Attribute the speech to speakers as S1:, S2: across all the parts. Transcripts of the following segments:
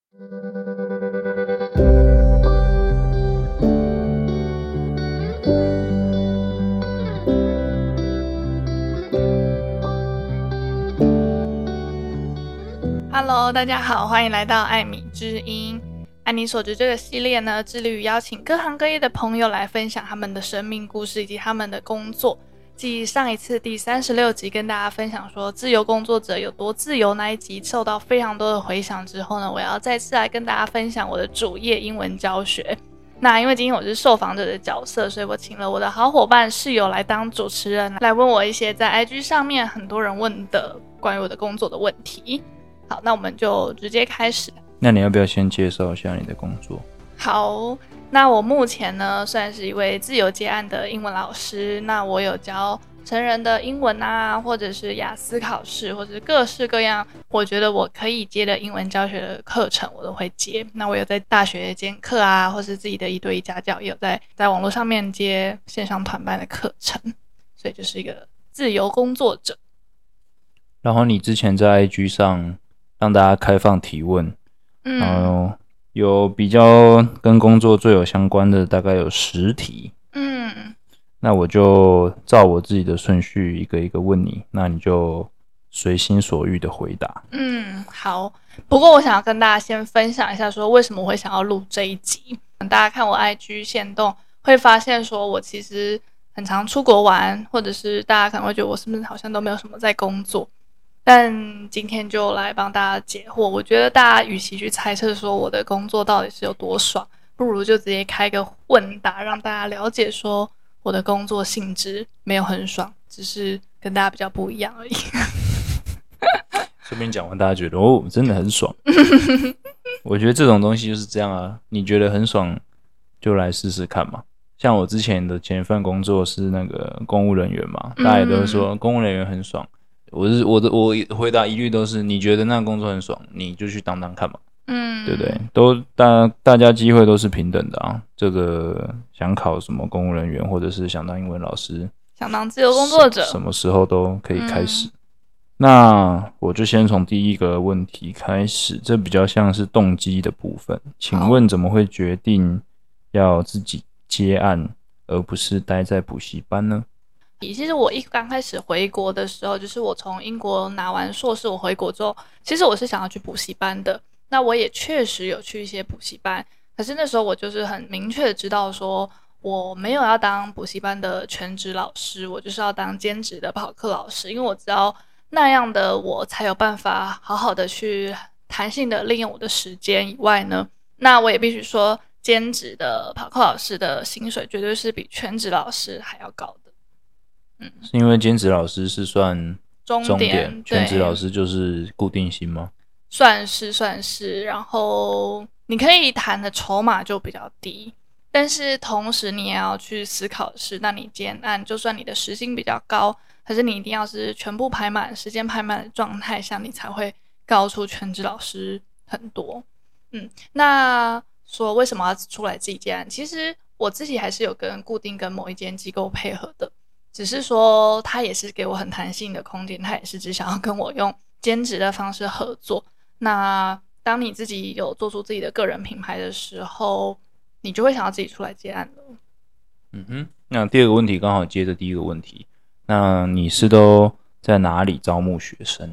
S1: Hello， 大家好，欢迎来到艾米之音。爱你所知这个系列呢，致力于邀请各行各业的朋友来分享他们的生命故事以及他们的工作。继上一次第36集跟大家分享说自由工作者有多自由那一集受到非常多的回响之后呢，我要再次来跟大家分享我的主业英文教学。那因为今天我是受访者的角色，所以我请了我的好伙伴室友来当主持人，来问我一些在 IG 上面很多人问的关于我的工作的问题。好，那我们就直接开始。
S2: 那你要不要先介绍一下你的工作？
S1: 好，那我目前呢算是一位自由接案的英文老师，那我有教成人的英文啊，或者是雅思考试，或者是各式各样我觉得我可以接的英文教学的课程我都会接。那我有在大学兼课啊，或是自己的一对一家教，也有在网络上面接线上团班的课程，所以就是一个自由工作者。
S2: 然后你之前在 IG 上让大家开放提问，然后有比较跟工作最有相关的大概有10题，那我就照我自己的顺序一个一个问你，那你就随心所欲的回答。
S1: 好，不过我想要跟大家先分享一下说为什么我会想要录这一集。大家看我 IG 限动会发现说我其实很常出国玩，或者是大家可能会觉得我是不是好像都没有什么在工作，但今天就来帮大家解惑。我觉得大家与其去猜测说我的工作到底是有多爽，不如就直接开个问答，让大家了解说我的工作性质没有很爽，只是跟大家比较不一样而已。
S2: 顺便讲完大家觉得哦真的很爽。我觉得这种东西就是这样啊，你觉得很爽就来试试看嘛。像我之前的前一份工作是那个公务人员嘛，大家也都说公务人员很爽。我回答一律都是你觉得那个工作很爽，你就去当当看嘛，对不对？大家机会都是平等的啊。这个想考什么公务人员，或者是想当英文老师，
S1: 想当自由工作者，
S2: 什么时候都可以开始。那我就先从第一个问题开始，这比较像是动机的部分。请问怎么会决定要自己接案，而不是待在补习班呢？
S1: 其实我刚开始回国的时候，就是我从英国拿完硕士，我回国之后，其实我是想要去补习班的。那我也确实有去一些补习班，可是那时候我就是很明确的知道说，我没有要当补习班的全职老师，我就是要当兼职的跑课老师，因为我知道那样的我才有办法好好的去弹性的利用我的时间以外呢，那我也必须说，兼职的跑课老师的薪水绝对是比全职老师还要高的。
S2: 是因为兼职老师是算终点，全职老师就是固定薪吗？
S1: 算是，然后你可以谈的筹码就比较低，但是同时你也要去思考的是，那你兼案就算你的时薪比较高，可是你一定要是全部排满，时间排满的状态下，你才会高出全职老师很多。那说为什么要出来自己接案？其实我自己还是有固定跟某一间机构配合的，只是说他也是给我很弹性的空间，他也是只想要跟我用兼职的方式合作。那当你自己有做出自己的个人品牌的时候，你就会想要自己出来接案了。
S2: 那第二个问题刚好接着第一个问题，那你是都在哪里招募学生？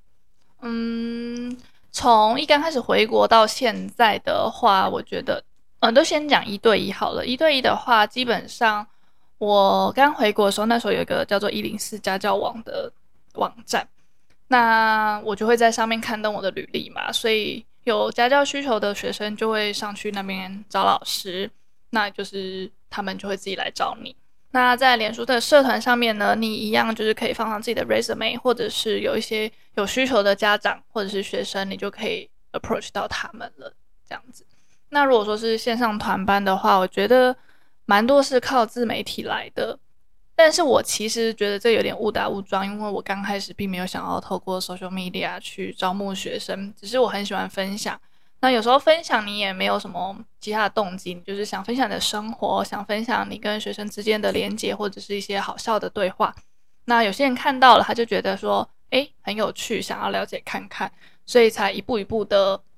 S1: 从一刚开始回国到现在的话，我觉得都先讲1对1好了。1对1的话，基本上我刚回国的时候，那时候有一个叫做104家教网的网站，那我就会在上面刊登我的履历嘛，所以有家教需求的学生就会上去那边找老师，那就是他们就会自己来找你。那在脸书的社团上面呢，你一样就是可以放上自己的 resume， 或者是有一些有需求的家长或者是学生，你就可以 approach 到他们了，这样子。那如果说是线上团班的话，我觉得蛮多是靠自媒体来的，但是我其实觉得这有点误打误撞，因为我刚开始并没有想要透过 social media 去招募学生，只是我很喜欢分享。那有时候分享你也没有什么其他的动机，你就是想分享你的生活，想分享你跟学生之间的连结，或者是一些好笑的对话。那有些人看到了，他就觉得说很有趣，想要了解看看，所以才一步一步的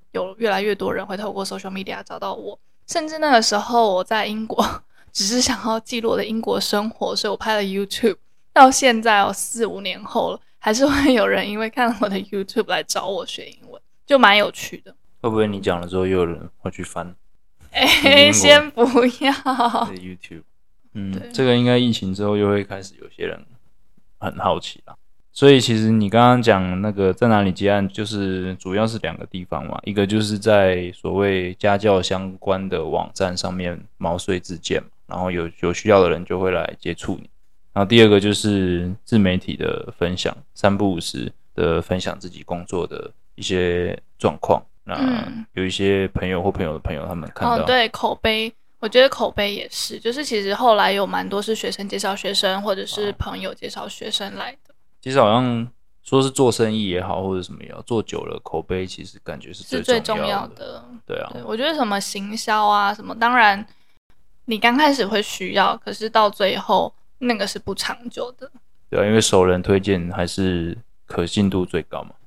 S1: 有越来越多人会透过 social media 找到我，甚至那个时候我在英国只是想要记录我的英国生活，所以我拍了 YouTube， 到现在4-5年后了，还是会有人因为看了我的 YouTube 来找我学英文，就蛮有趣的。
S2: 会不会你讲了之后又有人会去翻？
S1: 先不要。
S2: YouTube，这个应该疫情之后又会开始有些人很好奇啦。所以其实你刚刚讲那个在哪里接案，就是主要是2个地方嘛，一个就是在所谓家教相关的网站上面毛遂自荐，然后有需要的人就会来接触你。然后第二个就是自媒体的分享，3不5时的分享自己工作的一些状况。那有一些朋友或朋友的朋友他们看到，
S1: 对，口碑，我觉得口碑也是，就是其实后来有蛮多是学生介绍学生，或者是朋友介绍学生来的。
S2: 其实好像说是做生意也好，或者什么也好，做久了口碑其实感觉是最重要的。对啊，
S1: 对，我觉得什么行销啊什么，当然你刚开始会需要，可是到最后那个是不长久的。
S2: 对啊，因为熟人推荐还是可信度最高嘛。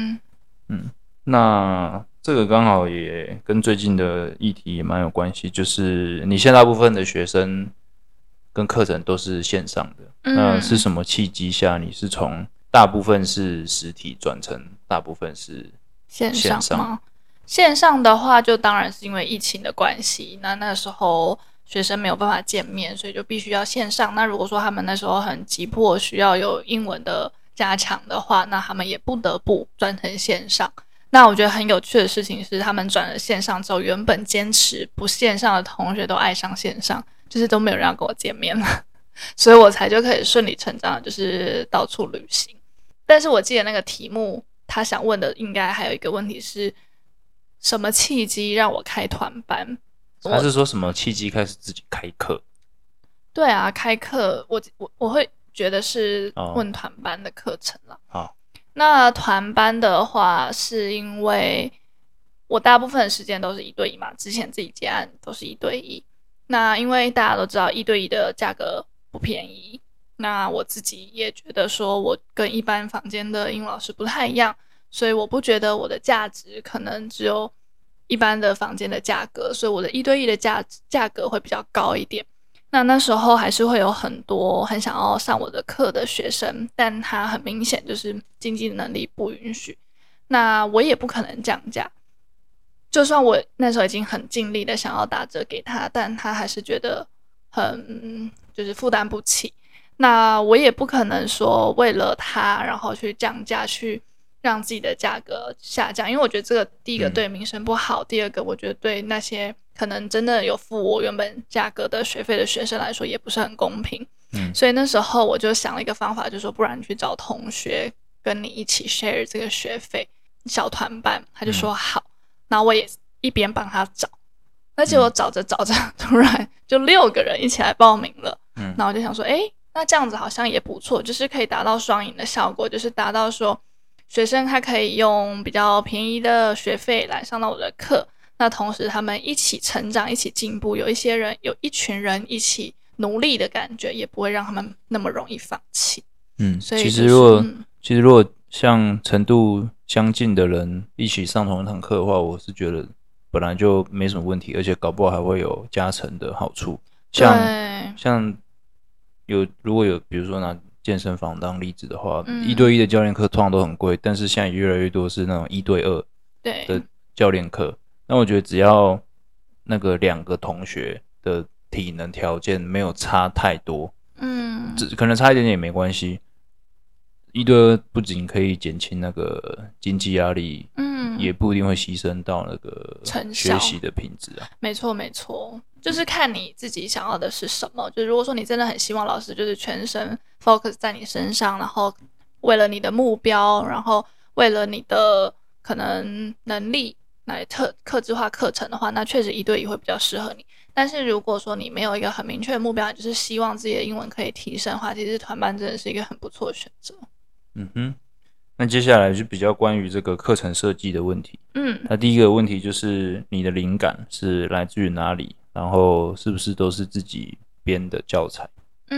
S2: 那这个刚好也跟最近的议题也蛮有关系，就是你现在大部分的学生跟课程都是线上的，那是什么契机下你是从大部分是实体转成大部分是线上吗？
S1: 线上的话就当然是因为疫情的关系，那时候学生没有办法见面，所以就必须要线上。那如果说他们那时候很急迫需要有英文的加强的话，那他们也不得不转成线上。那我觉得很有趣的事情是，他们转了线上之后，原本坚持不线上的同学都爱上线上，就是都没有人要跟我见面了，所以我才就可以顺理成章的就是到处旅行。但是我记得那个题目他想问的应该还有一个问题是，什么契机让我开团班？
S2: 还是说什么契机开始自己开课？
S1: 对啊，开课我会觉得是问团班的课程啦。那团班的话，是因为我大部分的时间都是1对1嘛，之前自己接案都是1对1。那因为大家都知道1对1的价格不便宜，那我自己也觉得说我跟一般坊间的英文老师不太一样，所以我不觉得我的价值可能只有一般的坊间的价格，所以我的1对1的价格会比较高一点。那时候还是会有很多很想要上我的课的学生，但他很明显就是经济能力不允许，那我也不可能降价，就算我那时候已经很尽力的想要打折给他，但他还是觉得很就是负担不起。那我也不可能说为了他然后去降价，去让自己的价格下降，因为我觉得这个第一个对名声不好，第二个我觉得对那些可能真的有付我原本价格的学费的学生来说也不是很公平。所以那时候我就想了一个方法，就是说不然你去找同学跟你一起 share 这个学费小团班。他就说好，然后我也一边帮他找，而且我找着找着突然就6个人一起来报名了。然后我就想说那这样子好像也不错，就是可以达到双赢的效果，就是达到说学生他可以用比较便宜的学费来上到我的课，那同时他们一起成长，一起进步，有一群人一起努力的感觉，也不会让他们那么容易放弃。所以、其
S2: 实如果像程度相近的人一起上同一堂课的话，我是觉得本来就没什么问题，而且搞不好还会有加成的好处。像如果有比如说拿健身房当例子的话，1对1的教练课通常都很贵，但是现在越来越多是那种1对2的教练课。那我觉得只要那个2个同学的体能条件没有差太多，可能差一点点也没关系。1对2不仅可以减轻那个经济压力，也不一定会牺牲到那个学习的品质啊。
S1: 没错没错，就是看你自己想要的是什么。就如果说你真的很希望老师就是全身 focus 在你身上，然后为了你的目标，然后为了你的可能能力来客制化课程的话，那确实1对1会比较适合你。但是如果说你没有一个很明确的目标，就是希望自己的英文可以提升的话，其实团班真的是一个很不错的选择。
S2: 那接下来就比较关于这个课程设计的问题。那第一个问题就是你的灵感是来自于哪里，然后是不是都是自己编的教材？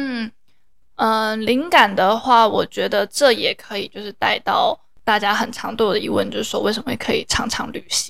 S1: 灵感的话，我觉得这也可以就是带到大家很常对我的疑问，就是说为什么可以常常旅行。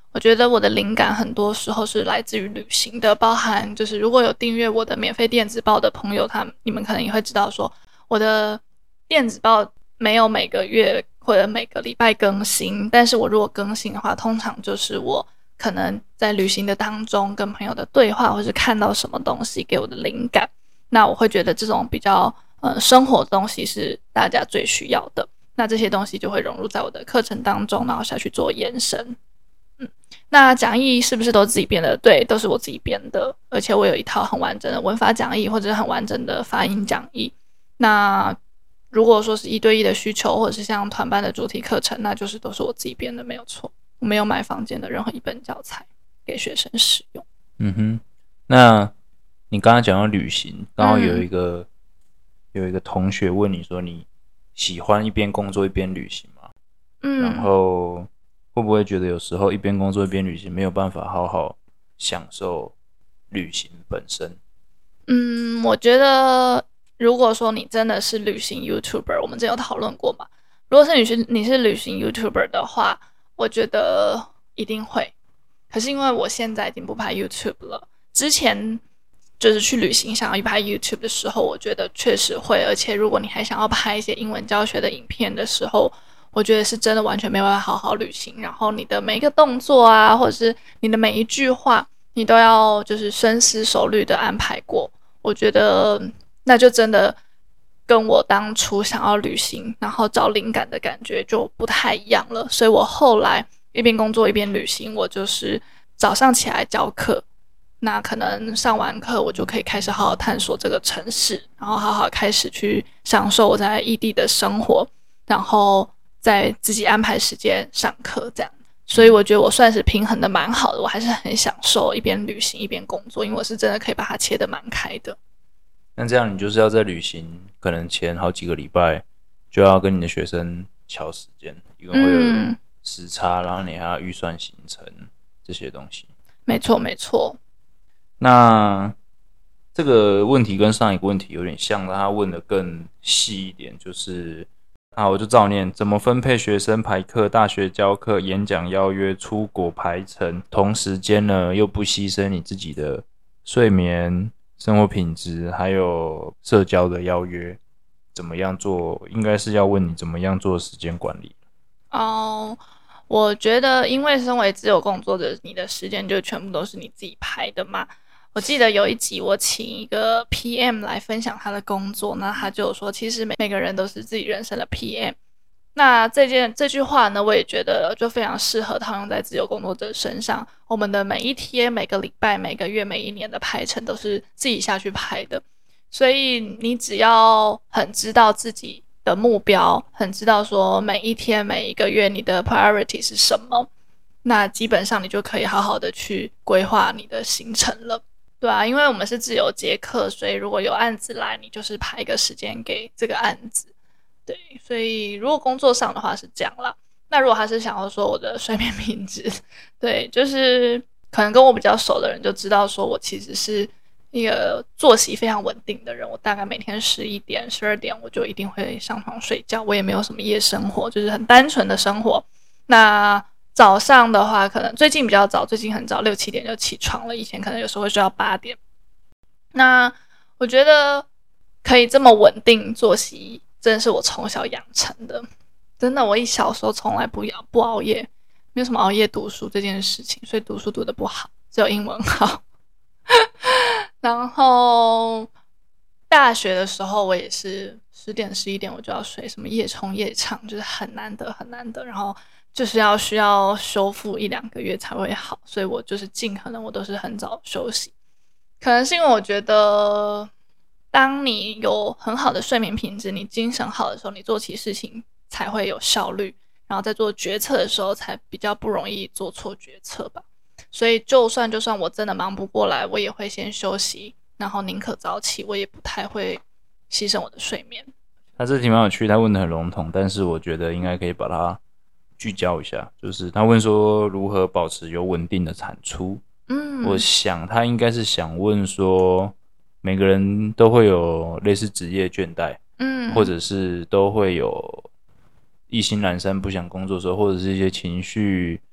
S1: 我觉得我的灵感很多时候是来自于旅行的，包含就是如果有订阅我的免费电子报的朋友，你们可能也会知道说，我的电子报没有每个月或者每个礼拜更新，但是我如果更新的话，通常就是我可能在旅行的当中跟朋友的对话，或是看到什么东西给我的灵感，那我会觉得这种比较生活的东西是大家最需要的，那这些东西就会融入在我的课程当中，然后下去做延伸。那讲义是不是都自己编的？对，都是我自己编的，而且我有一套很完整的文法讲义或者很完整的发音讲义。那如果说是一对一的需求，或者是像团班的主题课程，那就是都是我自己编的，没有错。我没有买坊间的任何一本教材给学生使用。
S2: 嗯哼，那你刚刚讲到旅行，刚好有一个同学问你说，你喜欢一边工作一边旅行吗？然后会不会觉得有时候一边工作一边旅行没有办法好好享受旅行本身？
S1: 我觉得如果说你真的是旅行 YouTuber， 我们之前有讨论过嘛，如果是你是旅行 YouTuber 的话，我觉得一定会。可是因为我现在已经不拍 YouTube 了，之前就是去旅行想要拍 YouTube 的时候，我觉得确实会，而且如果你还想要拍一些英文教学的影片的时候，我觉得是真的完全没办法好好旅行，然后你的每一个动作啊，或者是你的每一句话，你都要就是深思熟虑的安排过。我觉得那就真的跟我当初想要旅行然后找灵感的感觉就不太一样了，所以我后来一边工作一边旅行，我就是早上起来教课，那可能上完课我就可以开始好好探索这个城市，然后好好开始去享受我在异地的生活，然后再自己安排时间上课这样。所以我觉得我算是平衡的蛮好的，我还是很享受一边旅行一边工作，因为我是真的可以把它切得蛮开的。
S2: 那这样你就是要在旅行可能前好几个礼拜就要跟你的学生敲时间，因为会有时差，然后你还要预算行程这些东西。
S1: 没错没错。
S2: 那这个问题跟上一个问题有点像，但他问的更细一点，就是我就照念，怎么分配学生排课、大学教课、演讲邀约、出国排程，同时间呢又不牺牲你自己的睡眠、生活品质，还有社交的邀约，怎么样做？应该是要问你怎么样做时间管理。
S1: 我觉得因为身为自由工作者，你的时间就全部都是你自己排的嘛。我记得有一集我请一个 PM 来分享他的工作，那他就说其实每个人都是自己人生的 PM。那这句话呢，我也觉得就非常适合套用在自由工作者身上。我们的每一天、每个礼拜、每个月、每一年的排程都是自己下去排的，所以你只要很知道自己的目标，很知道说每一天、每一个月你的 priority 是什么，那基本上你就可以好好的去规划你的行程了。对啊，因为我们是自由接课，所以如果有案子来，你就是排一个时间给这个案子。对，所以如果工作上的话是这样啦。那如果他是想要说我的睡眠品质，对，就是可能跟我比较熟的人就知道说我其实是一个作息非常稳定的人，我大概每天11点、12点我就一定会上床睡觉，我也没有什么夜生活，就是很单纯的生活。那早上的话，可能最近比较早，最近很早，6、7点就起床了。以前可能有时候会睡到8点。那我觉得可以这么稳定作息，真的是我从小养成的。真的，我一小时候从来不熬夜，没有什么熬夜读书这件事情，所以读书读得不好，只有英文好。然后大学的时候，我也是10点、11点我就要睡，什么夜冲夜唱，就是很难得很难得。然后就是需要修复1、2个月才会好，所以我就是尽可能我都是很早休息。可能是因为我觉得，当你有很好的睡眠品质，你精神好的时候，你做起事情才会有效率，然后在做决策的时候才比较不容易做错决策吧。所以就算我真的忙不过来，我也会先休息，然后宁可早起，我也不太会牺牲我的睡眠。
S2: 他这题蛮有趣，他问的很笼统，但是我觉得应该可以把它聚焦一下。就是他问说如何保持有稳定的产出。我想他应该是想问说，每个人都会有类似职业倦怠，或者是都会有意兴阑珊不想工作的时候，或者是一些情绪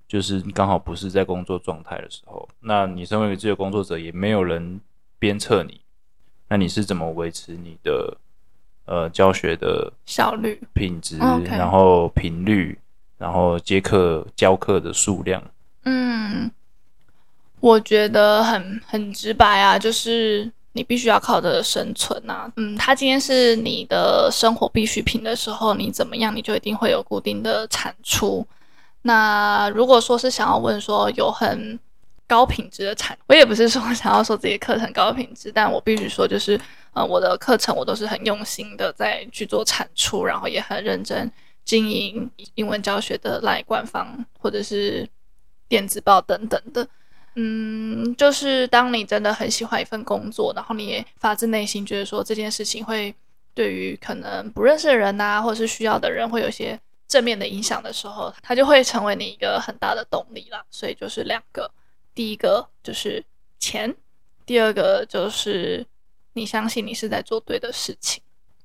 S2: 就是刚好不是在工作状态的时候，那你身为一个自由工作者，也没有人鞭策你，那你是怎么维持你的教学的
S1: 效率、
S2: 品质，
S1: OK
S2: 然后频率，然后教课的数量？
S1: 我觉得很直白啊，就是你必须要靠着生存啊。它今天是你的生活必需品的时候，你怎么样，你就一定会有固定的产出。那如果说是想要问说有很高品质的我也不是说想要说自己的课程高品质，但我必须说就是我的课程我都是很用心的在去做产出，然后也很认真经营英文教学的LINE官方或者是电子报等等的。就是当你真的很喜欢一份工作，然后你也发自内心觉得说这件事情会对于可能不认识的人啊，或者是需要的人会有一些正面的影响的时候，它就会成为你一个很大的动力啦。所以就是两个，第一个就是钱，第二个就是你相信你是在做对的事情。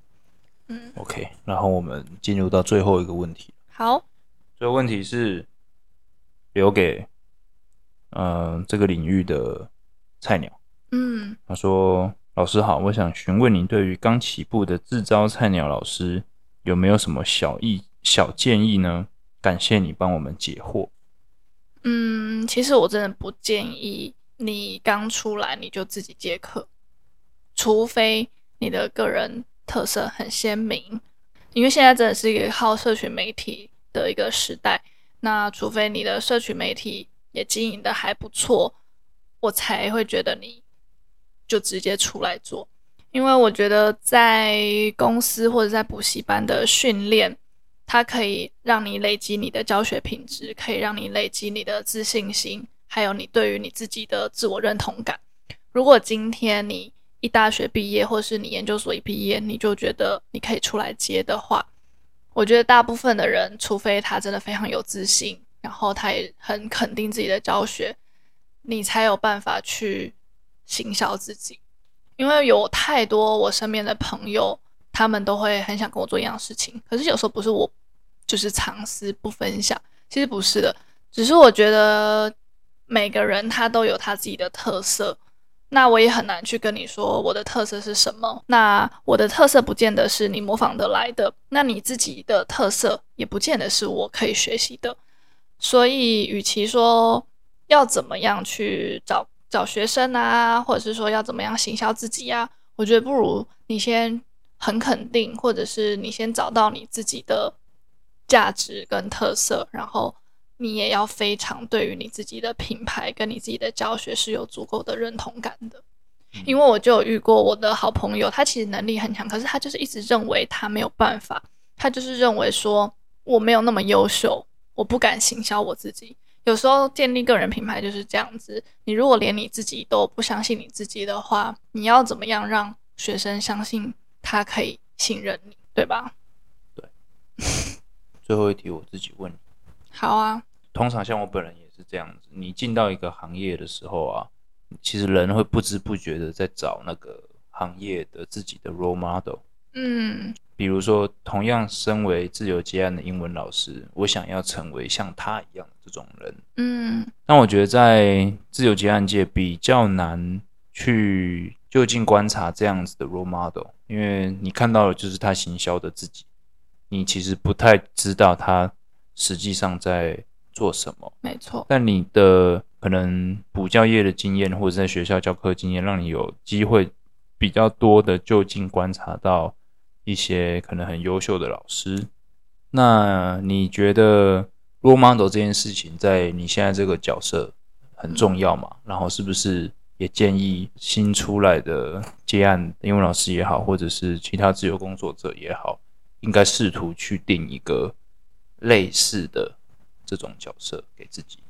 S2: OK， 然后我们进入到最后一个问题。
S1: 好，
S2: 这个问题是留给这个领域的菜鸟。他说：“老师好，我想询问您对于刚起步的自招菜鸟老师有没有什么小建议呢？感谢你帮我们解惑。”
S1: 其实我真的不建议你刚出来你就自己接课，除非你的个人特色很鲜明，因为现在真的是一个靠社群媒体的一个时代，那除非你的社群媒体也经营的还不错，我才会觉得你就直接出来做。因为我觉得在公司或者在补习班的训练，它可以让你累积你的教学品质，可以让你累积你的自信心，还有你对于你自己的自我认同感。如果今天你一大学毕业，或是你研究所一毕业，你就觉得你可以出来接的话，我觉得大部分的人，除非他真的非常有自信，然后他也很肯定自己的教学，你才有办法去行销自己。因为有太多我身边的朋友，他们都会很想跟我做一样事情，可是有时候不是我就是藏私不分享，其实不是的，只是我觉得每个人他都有他自己的特色，那我也很难去跟你说我的特色是什么，那我的特色不见得是你模仿得来的，那你自己的特色也不见得是我可以学习的。所以与其说要怎么样去找学生啊，或者是说要怎么样行销自己啊，我觉得不如你先很肯定，或者是你先找到你自己的价值跟特色，然后你也要非常对于你自己的品牌跟你自己的教学是有足够的认同感的。因为我就有遇过我的好朋友，他其实能力很强，可是他就是一直认为他没有办法，他就是认为说我没有那么优秀，我不敢行销我自己。有时候建立个人品牌就是这样子，你如果连你自己都不相信你自己的话，你要怎么样让学生相信他可以信任你，对吧？
S2: 对。最后一题我自己问你。
S1: 好啊。
S2: 通常像我本人也是这样子，你进到一个行业的时候啊，其实人会不知不觉的在找那个行业的自己的 role model。比如说同样身为自由接案的英文老师，我想要成为像他一样的这种人。但我觉得在自由接案界比较难去就近观察这样子的 role model， 因为你看到的就是他行销的自己，你其实不太知道他实际上在做什么。
S1: 没错。
S2: 但你的可能补教业的经验或者在学校教课经验，让你有机会比较多的就近观察到一些可能很优秀的老师。那你觉得 role model 这件事情在你现在这个角色很重要吗？然后是不是也建议新出来的接案英文老师也好，或者是其他自由工作者也好，应该试图去定一个类似的这种角色给自己？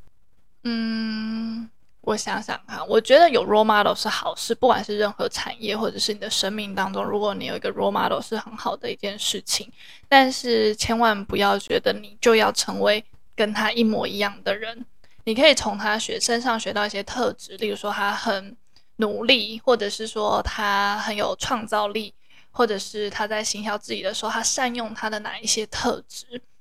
S1: 我想想看，我觉得有 role model 是好事，不管是任何产业或者是你的生命当中，如果你有一个 role model 是很好的一件事情，但是千万不要觉得你就要成为跟他一模一样的人。你可以从他身上学到一些特质，例如说他很努力，或者是说他很有创造力，或者是他在行销自己的时候他善用他的哪一些特质。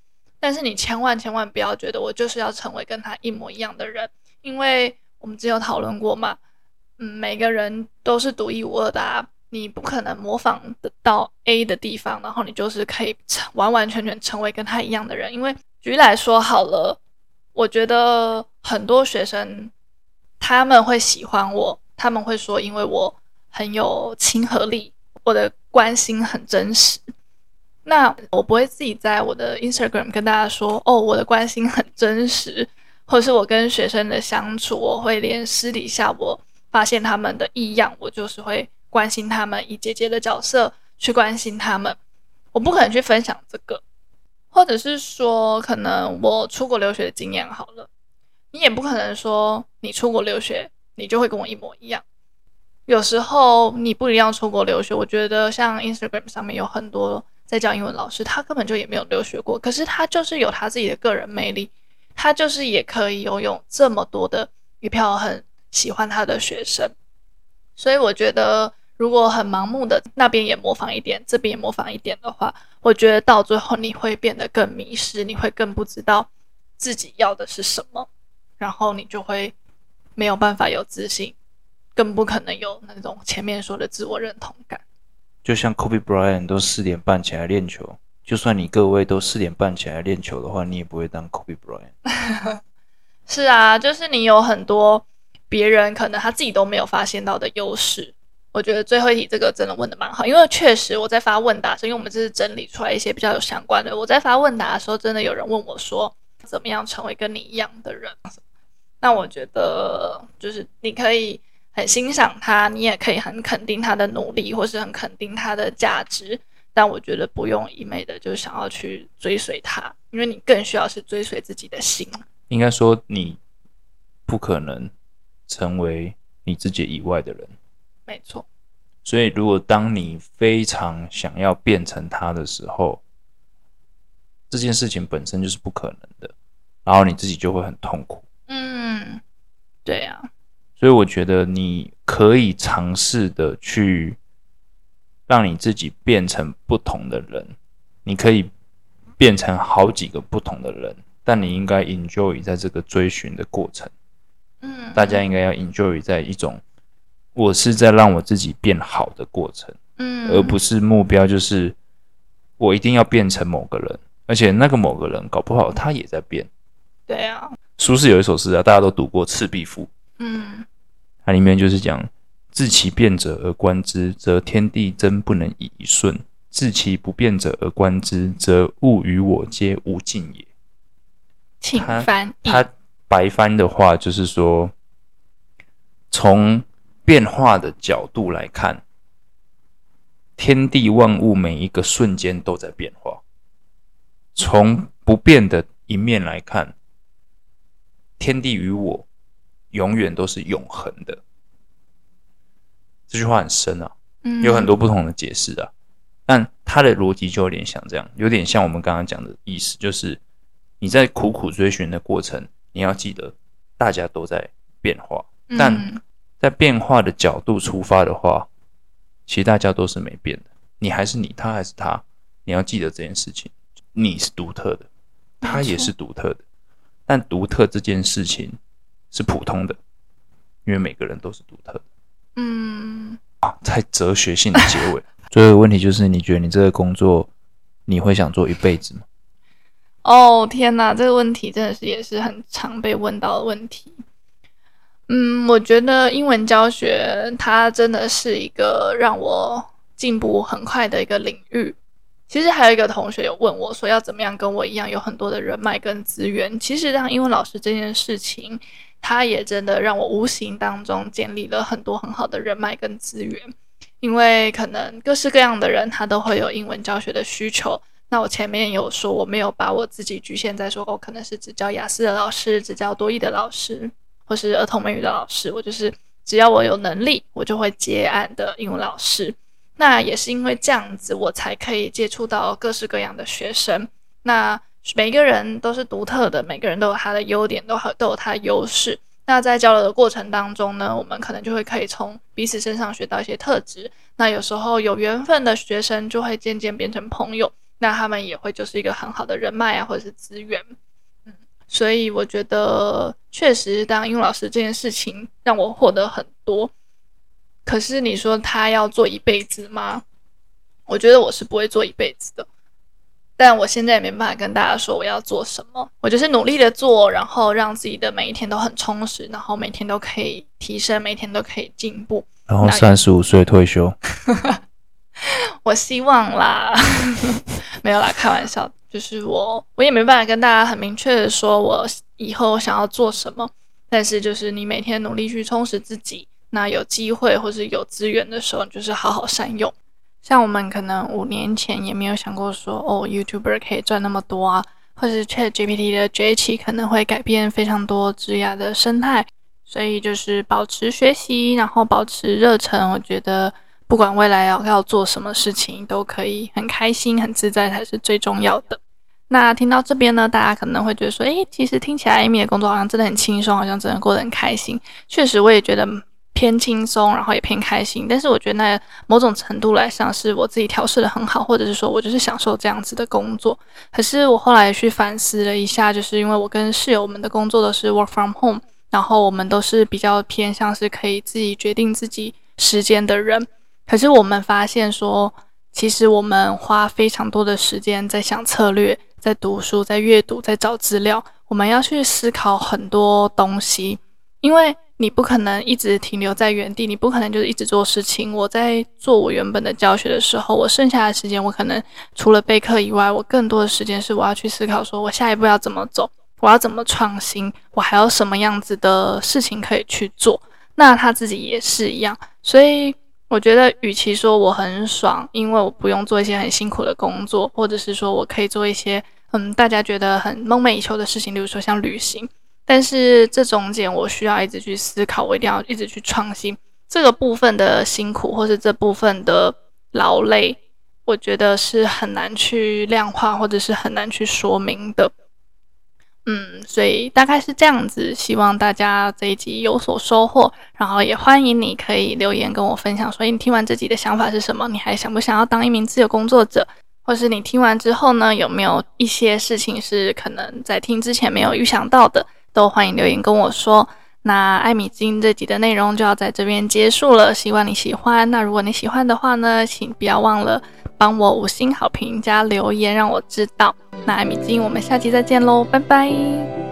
S1: 但是你千万不要觉得我就是要成为跟他一模一样的人，因为我们之前有讨论过嘛，每个人都是独一无二的啊，你不可能模仿得到 A 的地方，然后你就是可以完完全全成为跟他一样的人。因为举例来说好了，我觉得很多学生他们会喜欢我，他们会说因为我很有亲和力，我的关心很真实。那我不会自己在我的 Instagram 跟大家说，我的关心很真实，或是我跟学生的相处，我会连私底下我发现他们的异样，我就是会关心他们，以姐姐的角色去关心他们。我不可能去分享这个，或者是说可能我出国留学的经验好了，你也不可能说你出国留学你就会跟我一模一样。有时候你不一样出国留学，我觉得像 Instagram 上面有很多在教英文老师，他根本就也没有留学过，可是他就是有他自己的个人魅力，他就是也可以拥有这么多的一票很喜欢他的学生。所以我觉得如果很盲目的那边也模仿一点，这边也模仿一点的话，我觉得到最后你会变得更迷失，你会更不知道自己要的是什么，然后你就会没有办法有自信，更不可能有那种前面说的自我认同感。
S2: 就像 Kobe Bryant 都4点半起来练球，就算你各位都4点半起来练球的话，你也不会当 Kobe Bryant。
S1: 是啊，就是你有很多别人可能他自己都没有发现到的优势。我觉得最后一题这个真的问得蛮好，因为确实我在发问答的时候，因为我们这是整理出来一些比较有相关的，我在发问答的时候真的有人问我说怎么样成为跟你一样的人。那我觉得就是你可以很欣赏他，你也可以很肯定他的努力，或是很肯定他的价值，但我觉得不用一昧的就想要去追随他，因为你更需要是追随自己的心。
S2: 应该说你不可能成为你自己以外的人，
S1: 没错。
S2: 所以如果当你非常想要变成他的时候，这件事情本身就是不可能的，然后你自己就会很痛苦。
S1: 对啊。
S2: 所以我觉得你可以尝试的去让你自己变成不同的人，你可以变成好几个不同的人，但你应该 enjoy 在这个追寻的过程。大家应该要 enjoy 在一种我是在让我自己变好的过程，而不是目标就是我一定要变成某个人，而且那个某个人搞不好他也在变。
S1: 对啊。
S2: 苏轼有一首诗啊，大家都读过《赤壁赋》。它里面就是讲自其变者而观之，则天地真不能以一瞬；自其不变者而观之，则物与我皆无尽也。
S1: 请翻译。
S2: 他白翻的话就是说，从变化的角度来看，天地万物每一个瞬间都在变化；从不变的一面来看，天地与我永远都是永恒的。这句话很深啊，有很多不同的解释啊，但它的逻辑就有点像这样，有点像我们刚刚讲的意思，就是你在苦苦追寻的过程，你要记得大家都在变化，但在变化的角度出发的话，其实大家都是没变的，你还是你，他还是他，你要记得这件事情，你是独特的，他也是独特的，但独特这件事情是普通的，因为每个人都是独特的。太哲学性的结尾。最后一个问题就是，你觉得你这个工作你会想做一辈子吗？
S1: 天哪，这个问题真的是也是很常被问到的问题。我觉得英文教学它真的是一个让我进步很快的一个领域。其实还有一个同学有问我说要怎么样跟我一样有很多的人脉跟资源。其实当英文老师这件事情，它也真的让我无形当中建立了很多很好的人脉跟资源。因为可能各式各样的人他都会有英文教学的需求。那我前面有说我没有把我自己局限在说可能是只教雅思的老师，只教多益的老师，或是儿童美语的老师，我就是只要我有能力我就会接案的英文老师。那也是因为这样子我才可以接触到各式各样的学生。那每个人都是独特的，每个人都有他的优点，都有他的优势。那在交流的过程当中呢，我们可能就会可以从彼此身上学到一些特质。那有时候有缘分的学生就会渐渐变成朋友， 那他们也会就是一个很好的人脉啊，或者是资源。所以我觉得确实当英文老师这件事情让我获得很多。可是你说他要做一辈子吗？我觉得我是不会做一辈子的。但我现在也没办法跟大家说我要做什么，我就是努力的做，然后让自己的每一天都很充实，然后每天都可以提升，每天都可以进步。
S2: 然后35岁退休。
S1: 我希望啦。没有啦，开玩笑。就是我也没办法跟大家很明确的说我以后想要做什么，但是就是你每天努力去充实自己，那有机会或是有资源的时候，你就是好好善用。像我们可能5年前也没有想过说YouTuber 可以赚那么多啊，或是 ChatGPT 的崛起可能会改变非常多职涯的生态。所以就是保持学习，然后保持热忱，我觉得不管未来要做什么事情都可以很开心很自在才是最重要的。那听到这边呢，大家可能会觉得说其实听起来 Amy 的工作好像真的很轻松，好像真的过得很开心。确实我也觉得偏轻松，然后也偏开心，但是我觉得那某种程度来上是我自己调试得很好，或者是说我就是享受这样子的工作。可是我后来去反思了一下，就是因为我跟室友我们的工作都是 work from home， 然后我们都是比较偏向是可以自己决定自己时间的人。可是我们发现说，其实我们花非常多的时间在想策略，在读书，在阅读，在找资料，我们要去思考很多东西。因为你不可能一直停留在原地，你不可能就是一直做事情。我在做我原本的教学的时候，我剩下的时间我可能除了备课以外，我更多的时间是我要去思考说我下一步要怎么走，我要怎么创新，我还有什么样子的事情可以去做。那他自己也是一样，所以我觉得与其说我很爽，因为我不用做一些很辛苦的工作，或者是说我可以做一些大家觉得很梦寐以求的事情，例如说像旅行，但是这中间我需要一直去思考，我一定要一直去创新，这个部分的辛苦或是这部分的劳累，我觉得是很难去量化或者是很难去说明的。所以大概是这样子，希望大家这一集有所收获，然后也欢迎你可以留言跟我分享说你听完这集的想法是什么，你还想不想要当一名自由工作者，或是你听完之后呢，有没有一些事情是可能在听之前没有预想到的，都欢迎留言跟我说。那艾米金这集的内容就要在这边结束了，希望你喜欢。那如果你喜欢的话呢，请不要忘了帮我5星好评加留言让我知道。那艾米金我们下期再见咯，拜拜。